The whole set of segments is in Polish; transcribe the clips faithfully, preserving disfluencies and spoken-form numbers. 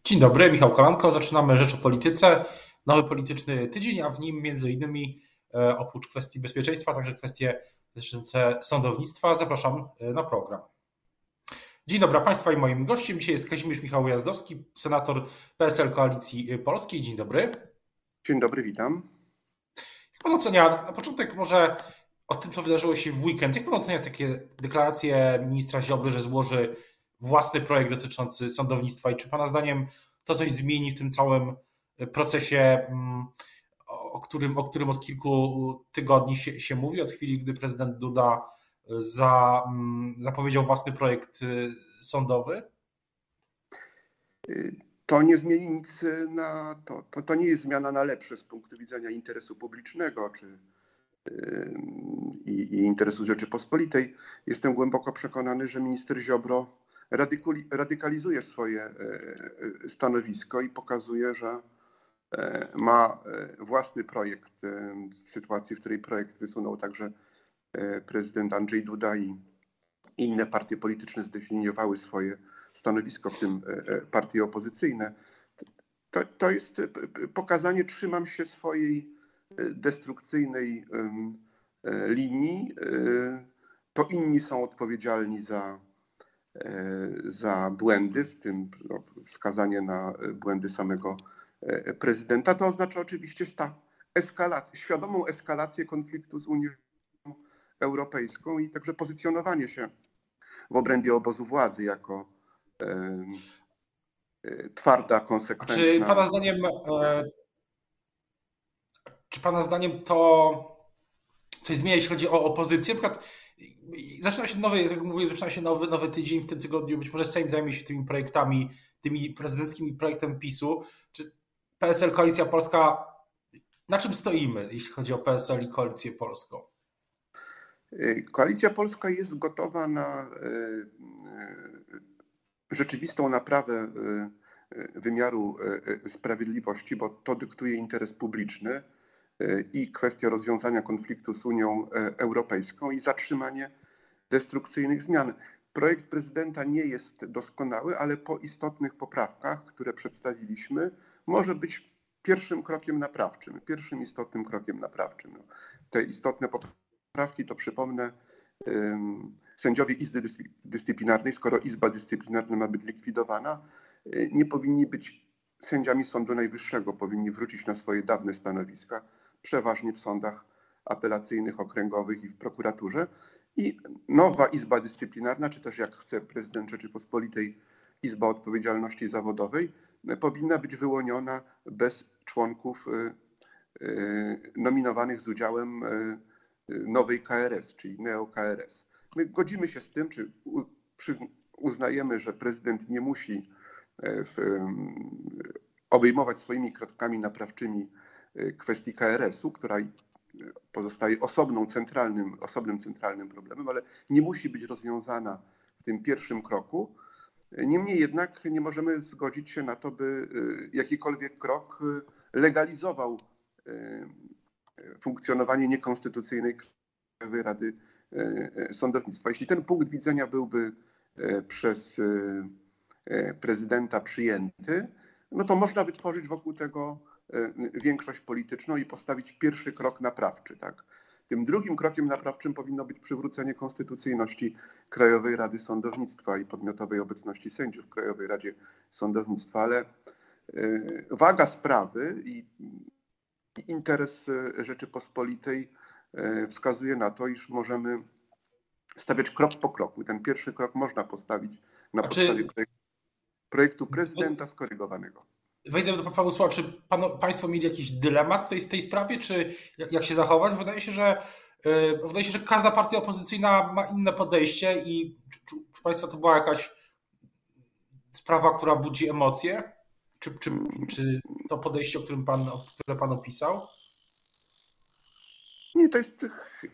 Dzień dobry, Michał Kolanko. Zaczynamy Rzecz o Polityce. Nowy polityczny tydzień, a w nim między innymi e, oprócz kwestii bezpieczeństwa, także kwestie dotyczące sądownictwa. Zapraszam e, na program. Dzień dobry Państwa i moim gościem dzisiaj jest Kazimierz Michał Ujazdowski, senator P S L Koalicji Polskiej. Dzień dobry. Dzień dobry, witam. Jak pan ocenia, na początek może o tym, co wydarzyło się w weekend, jak pan ocenia takie deklaracje ministra Ziobry, że złoży własny projekt dotyczący sądownictwa i czy pana zdaniem to coś zmieni w tym całym procesie, o którym, o którym od kilku tygodni się, się mówi, od chwili, gdy prezydent Duda za, zapowiedział własny projekt sądowy? To nie zmieni nic na to, to. To nie jest zmiana na lepsze z punktu widzenia interesu publicznego czy i, i interesu Rzeczypospolitej. Jestem głęboko przekonany, że minister Ziobro radykalizuje swoje stanowisko i pokazuje, że ma własny projekt w sytuacji, w której projekt wysunął także prezydent Andrzej Duda i inne partie polityczne zdefiniowały swoje stanowisko, w tym partie opozycyjne. To, to jest pokazanie, trzymam się swojej destrukcyjnej linii. To inni są odpowiedzialni za, za błędy, w tym wskazanie na błędy samego prezydenta. To oznacza oczywiście sta eskalację, świadomą eskalację konfliktu z Unią Europejską i także pozycjonowanie się w obrębie obozu władzy jako e, e, twarda, konsekwentna. Czy pana zdaniem, e, czy pana zdaniem to coś zmienia, jeśli chodzi o opozycję? Na przykład zaczyna się nowy, jak mówię, zaczyna się nowy, nowy tydzień w tym tygodniu. Być może Sejm zajmie się tymi projektami, tymi prezydenckimi projektem PiSu. Czy P S L Koalicja Polska, na czym stoimy, jeśli chodzi o P S L i Koalicję Polską? Koalicja Polska jest gotowa na rzeczywistą naprawę wymiaru sprawiedliwości, bo to dyktuje interes publiczny i kwestia rozwiązania konfliktu z Unią Europejską i zatrzymanie destrukcyjnych zmian. Projekt prezydenta nie jest doskonały, ale po istotnych poprawkach, które przedstawiliśmy, może być pierwszym krokiem naprawczym, pierwszym istotnym krokiem naprawczym. Te istotne poprawki to, przypomnę, sędziowie Izby Dyscyplinarnej, skoro Izba Dyscyplinarna ma być likwidowana, nie powinni być sędziami Sądu Najwyższego, powinni wrócić na swoje dawne stanowiska, przeważnie w sądach apelacyjnych, okręgowych i w prokuraturze. I nowa Izba Dyscyplinarna, czy też jak chce prezydent Rzeczypospolitej, Izba Odpowiedzialności Zawodowej, powinna być wyłoniona bez członków nominowanych z udziałem nowej K R S, czyli neo-K R S. My godzimy się z tym, czy uznajemy, że prezydent nie musi w, obejmować swoimi środkami naprawczymi kwestii K R S-u, która pozostaje osobną, centralnym, osobnym centralnym problemem, ale nie musi być rozwiązana w tym pierwszym kroku. Niemniej jednak nie możemy zgodzić się na to, by jakikolwiek krok legalizował funkcjonowanie niekonstytucyjnej Krajowej Rady Sądownictwa. Jeśli ten punkt widzenia byłby przez prezydenta przyjęty, no to można wytworzyć wokół tego większość polityczną i postawić pierwszy krok naprawczy. Tak? Tym drugim krokiem naprawczym powinno być przywrócenie konstytucyjności Krajowej Rady Sądownictwa i podmiotowej obecności sędziów w Krajowej Radzie Sądownictwa, ale waga sprawy i interes Rzeczypospolitej wskazuje na to, iż możemy stawiać krok po kroku. Ten pierwszy krok można postawić na podstawie czy... projektu prezydenta skorygowanego. Wejdę do panu słowa, czy pan, państwo mieli jakiś dylemat w tej, tej sprawie, czy jak się zachować? Wydaje się, że yy, wydaje się, że każda partia opozycyjna ma inne podejście i czy, czy, czy państwa to była jakaś sprawa, która budzi emocje? Czy, czy, czy to podejście, o którym pan, które pan opisał? Nie, to jest...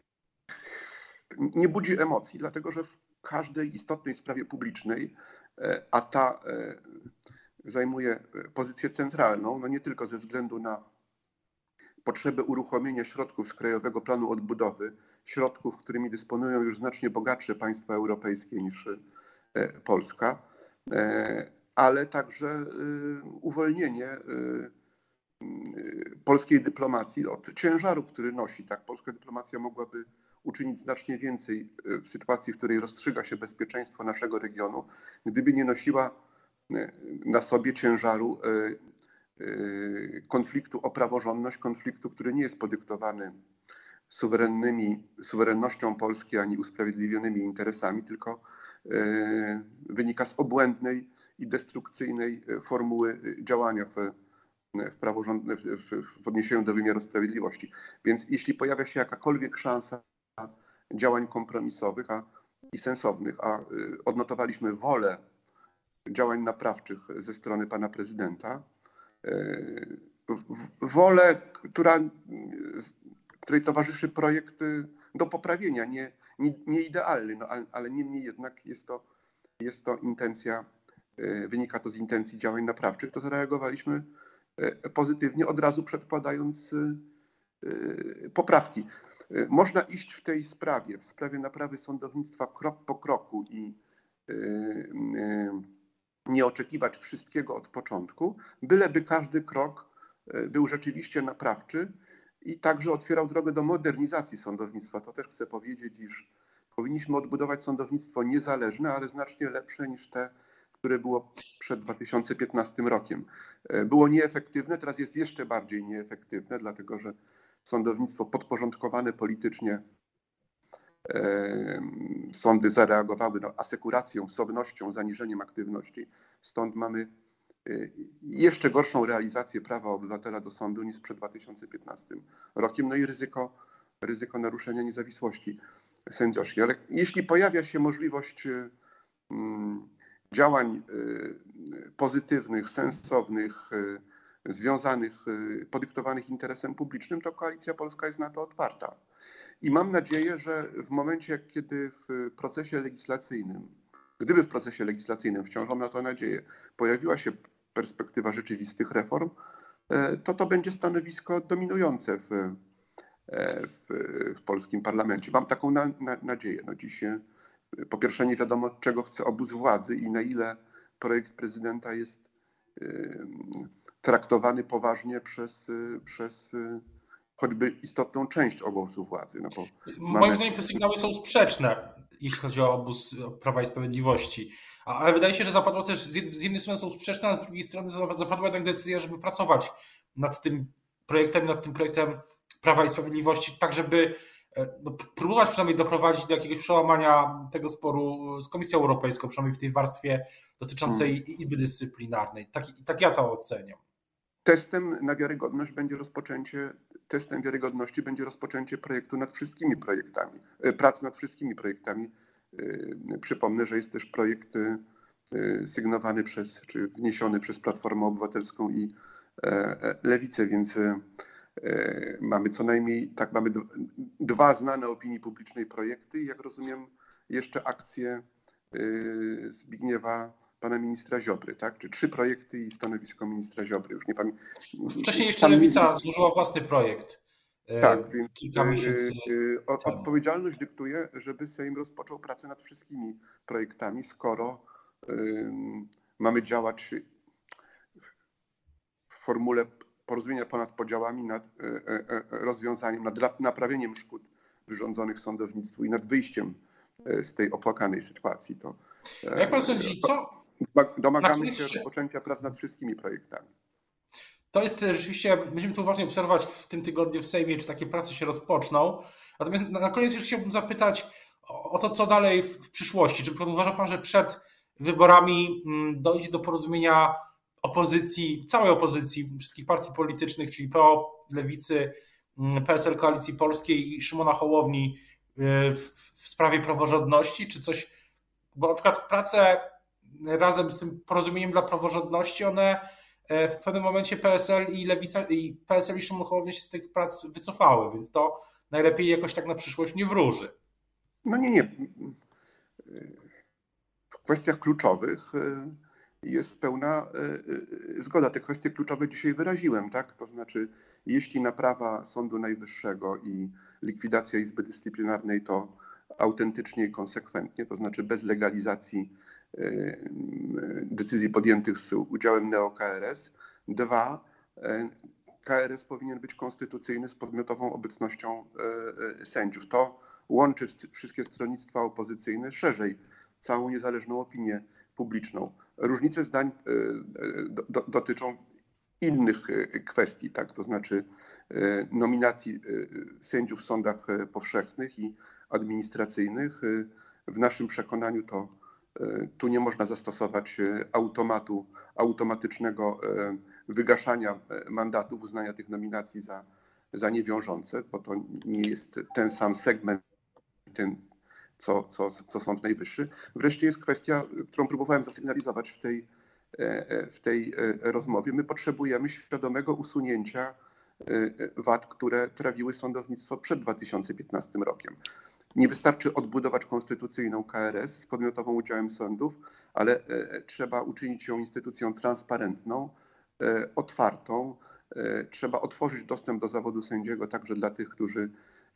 Nie budzi emocji, dlatego że w każdej istotnej sprawie publicznej, a ta zajmuje pozycję centralną, no nie tylko ze względu na potrzebę uruchomienia środków z Krajowego Planu Odbudowy, środków, którymi dysponują już znacznie bogatsze państwa europejskie niż Polska, ale także uwolnienie polskiej dyplomacji od ciężaru, który nosi. Tak, polska dyplomacja mogłaby uczynić znacznie więcej w sytuacji, w której rozstrzyga się bezpieczeństwo naszego regionu, gdyby nie nosiła na sobie ciężaru konfliktu o praworządność, konfliktu, który nie jest podyktowany suwerennymi, suwerennością Polski ani usprawiedliwionymi interesami, tylko wynika z obłędnej i destrukcyjnej formuły działania w, w, praworządne, w, w odniesieniu do wymiaru sprawiedliwości. Więc jeśli pojawia się jakakolwiek szansa działań kompromisowych a, i sensownych, a odnotowaliśmy wolę działań naprawczych ze strony pana prezydenta, wolę, która, której towarzyszy projekt do poprawienia, nie, nie, nie idealny, no, ale, ale niemniej jednak jest to, jest to intencja, wynika to z intencji działań naprawczych, to zareagowaliśmy pozytywnie, od razu przedkładając poprawki. Można iść w tej sprawie, w sprawie naprawy sądownictwa krok po kroku i nie oczekiwać wszystkiego od początku, byleby każdy krok był rzeczywiście naprawczy i także otwierał drogę do modernizacji sądownictwa. To też chcę powiedzieć, iż powinniśmy odbudować sądownictwo niezależne, ale znacznie lepsze niż te, które było przed dwa tysiące piętnastym rokiem. Było nieefektywne, teraz jest jeszcze bardziej nieefektywne, dlatego że sądownictwo podporządkowane politycznie, sądy zareagowały no, asekuracją, wsobnością, zaniżeniem aktywności. Stąd mamy jeszcze gorszą realizację prawa obywatela do sądu niż przed dwa tysiące piętnastym rokiem. No i ryzyko, ryzyko naruszenia niezawisłości sędziowskiej. Ale jeśli pojawia się możliwość działań pozytywnych, sensownych, związanych, podyktowanych interesem publicznym, to Koalicja Polska jest na to otwarta. I mam nadzieję, że w momencie, kiedy w procesie legislacyjnym, gdyby w procesie legislacyjnym, wciąż mam na to nadzieję, pojawiła się perspektywa rzeczywistych reform, to to będzie stanowisko dominujące w, w, w polskim parlamencie. Mam taką na, na, nadzieję. No dziś po pierwsze nie wiadomo, czego chce obóz władzy i na ile projekt prezydenta jest traktowany poważnie przez, przez choćby istotną część obozu władzy. No bo Moim mamy... zdaniem te sygnały są sprzeczne, jeśli chodzi o obóz Prawa i Sprawiedliwości. Ale wydaje się, że zapadło też, z jednej strony są sprzeczne, a z drugiej strony zapadła jednak decyzja, żeby pracować nad tym projektem, nad tym projektem Prawa i Sprawiedliwości, tak żeby no, próbować przynajmniej doprowadzić do jakiegoś przełamania tego sporu z Komisją Europejską, przynajmniej w tej warstwie dotyczącej hmm. Izby Dyscyplinarnej. Tak, tak ja to oceniam. Testem na wiarygodność będzie rozpoczęcie, testem wiarygodności będzie rozpoczęcie projektu nad wszystkimi projektami, prac nad wszystkimi projektami. Przypomnę, że jest też projekt sygnowany przez, czy wniesiony przez Platformę Obywatelską i Lewicę, więc mamy co najmniej, tak, mamy dwa znane opinii publicznej projekty i jak rozumiem jeszcze akcję Zbigniewa pana ministra Ziobry, tak? Czy trzy projekty i stanowisko ministra Ziobry. Już nie pamiętam. Wcześniej jeszcze Lewica złożyła własny projekt. Tak, więc kilka miesięcy odpowiedzialność dyktuje, żeby Sejm rozpoczął pracę nad wszystkimi projektami, skoro mamy działać w formule porozumienia ponad podziałami nad rozwiązaniem, nad naprawieniem szkód wyrządzonych sądownictwu i nad wyjściem z tej opłakanej sytuacji. To, jak pan sądzi, co? Domagamy się rozpoczęcia prac nad wszystkimi projektami. To jest rzeczywiście, będziemy to uważnie obserwować w tym tygodniu w Sejmie, czy takie prace się rozpoczną. Natomiast na koniec jeszcze chciałbym zapytać o to, co dalej w, w przyszłości. Czy uważa pan, że przed wyborami dojdzie do porozumienia opozycji, całej opozycji, wszystkich partii politycznych, czyli P O, Lewicy, P S L Koalicji Polskiej i Szymona Hołowni w, w sprawie praworządności, czy coś, bo na przykład prace razem z tym porozumieniem dla praworządności, one w pewnym momencie P S L i Lewica, i P S L i Szymon Hołownia się z tych prac wycofały, więc to najlepiej jakoś tak na przyszłość nie wróży. No nie, nie. W kwestiach kluczowych jest pełna zgoda. Te kwestie kluczowe dzisiaj wyraziłem, tak? To znaczy, jeśli naprawa Sądu Najwyższego i likwidacja Izby Dyscyplinarnej, to autentycznie i konsekwentnie, to znaczy bez legalizacji decyzji podjętych z udziałem neo-K R S. Dwa, K R S powinien być konstytucyjny z podmiotową obecnością sędziów. To łączy wszystkie stronnictwa opozycyjne, szerzej całą niezależną opinię publiczną. Różnice zdań do, dotyczą innych kwestii, tak? To znaczy nominacji sędziów w sądach powszechnych i administracyjnych. W naszym przekonaniu to tu nie można zastosować automatu, automatycznego wygaszania mandatów, uznania tych nominacji za, za niewiążące, bo to nie jest ten sam segment, ten, co, co, co Sąd Najwyższy. Wreszcie jest kwestia, którą próbowałem zasygnalizować w tej, w tej rozmowie. My potrzebujemy świadomego usunięcia wad, które trawiły sądownictwo przed dwa tysiące piętnastym rokiem. Nie wystarczy odbudować konstytucyjną K R S z podmiotowym udziałem sądów, ale trzeba uczynić ją instytucją transparentną, otwartą. Trzeba otworzyć dostęp do zawodu sędziego także dla tych, którzy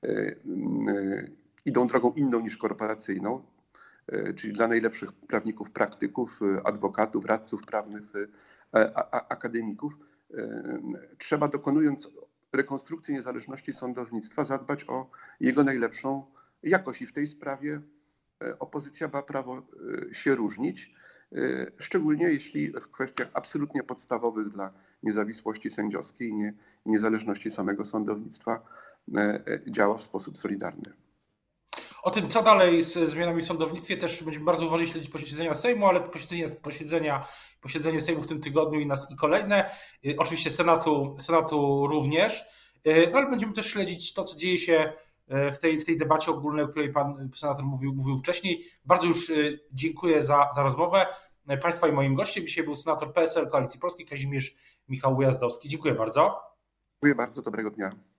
idą drogą inną niż korporacyjną, czyli dla najlepszych prawników, praktyków, adwokatów, radców prawnych, akademików. Trzeba, dokonując rekonstrukcji niezależności sądownictwa, zadbać o jego najlepszą jakość i w tej sprawie opozycja ma prawo się różnić, szczególnie jeśli w kwestiach absolutnie podstawowych dla niezawisłości sędziowskiej i niezależności samego sądownictwa działa w sposób solidarny. O tym, co dalej z zmianami w sądownictwie, też będziemy bardzo uważnie śledzić posiedzenia Sejmu, ale posiedzenie, posiedzenia, posiedzenie Sejmu w tym tygodniu i nas i kolejne. Oczywiście Senatu, Senatu również, no ale będziemy też śledzić to, co dzieje się w tej, w tej debacie ogólnej, o której pan senator mówił, mówił wcześniej. Bardzo już dziękuję za, za rozmowę. Państwa i moim gościem dzisiaj był senator P S L Koalicji Polskiej Kazimierz Michał Ujazdowski. Dziękuję bardzo. Dziękuję bardzo, dobrego dnia.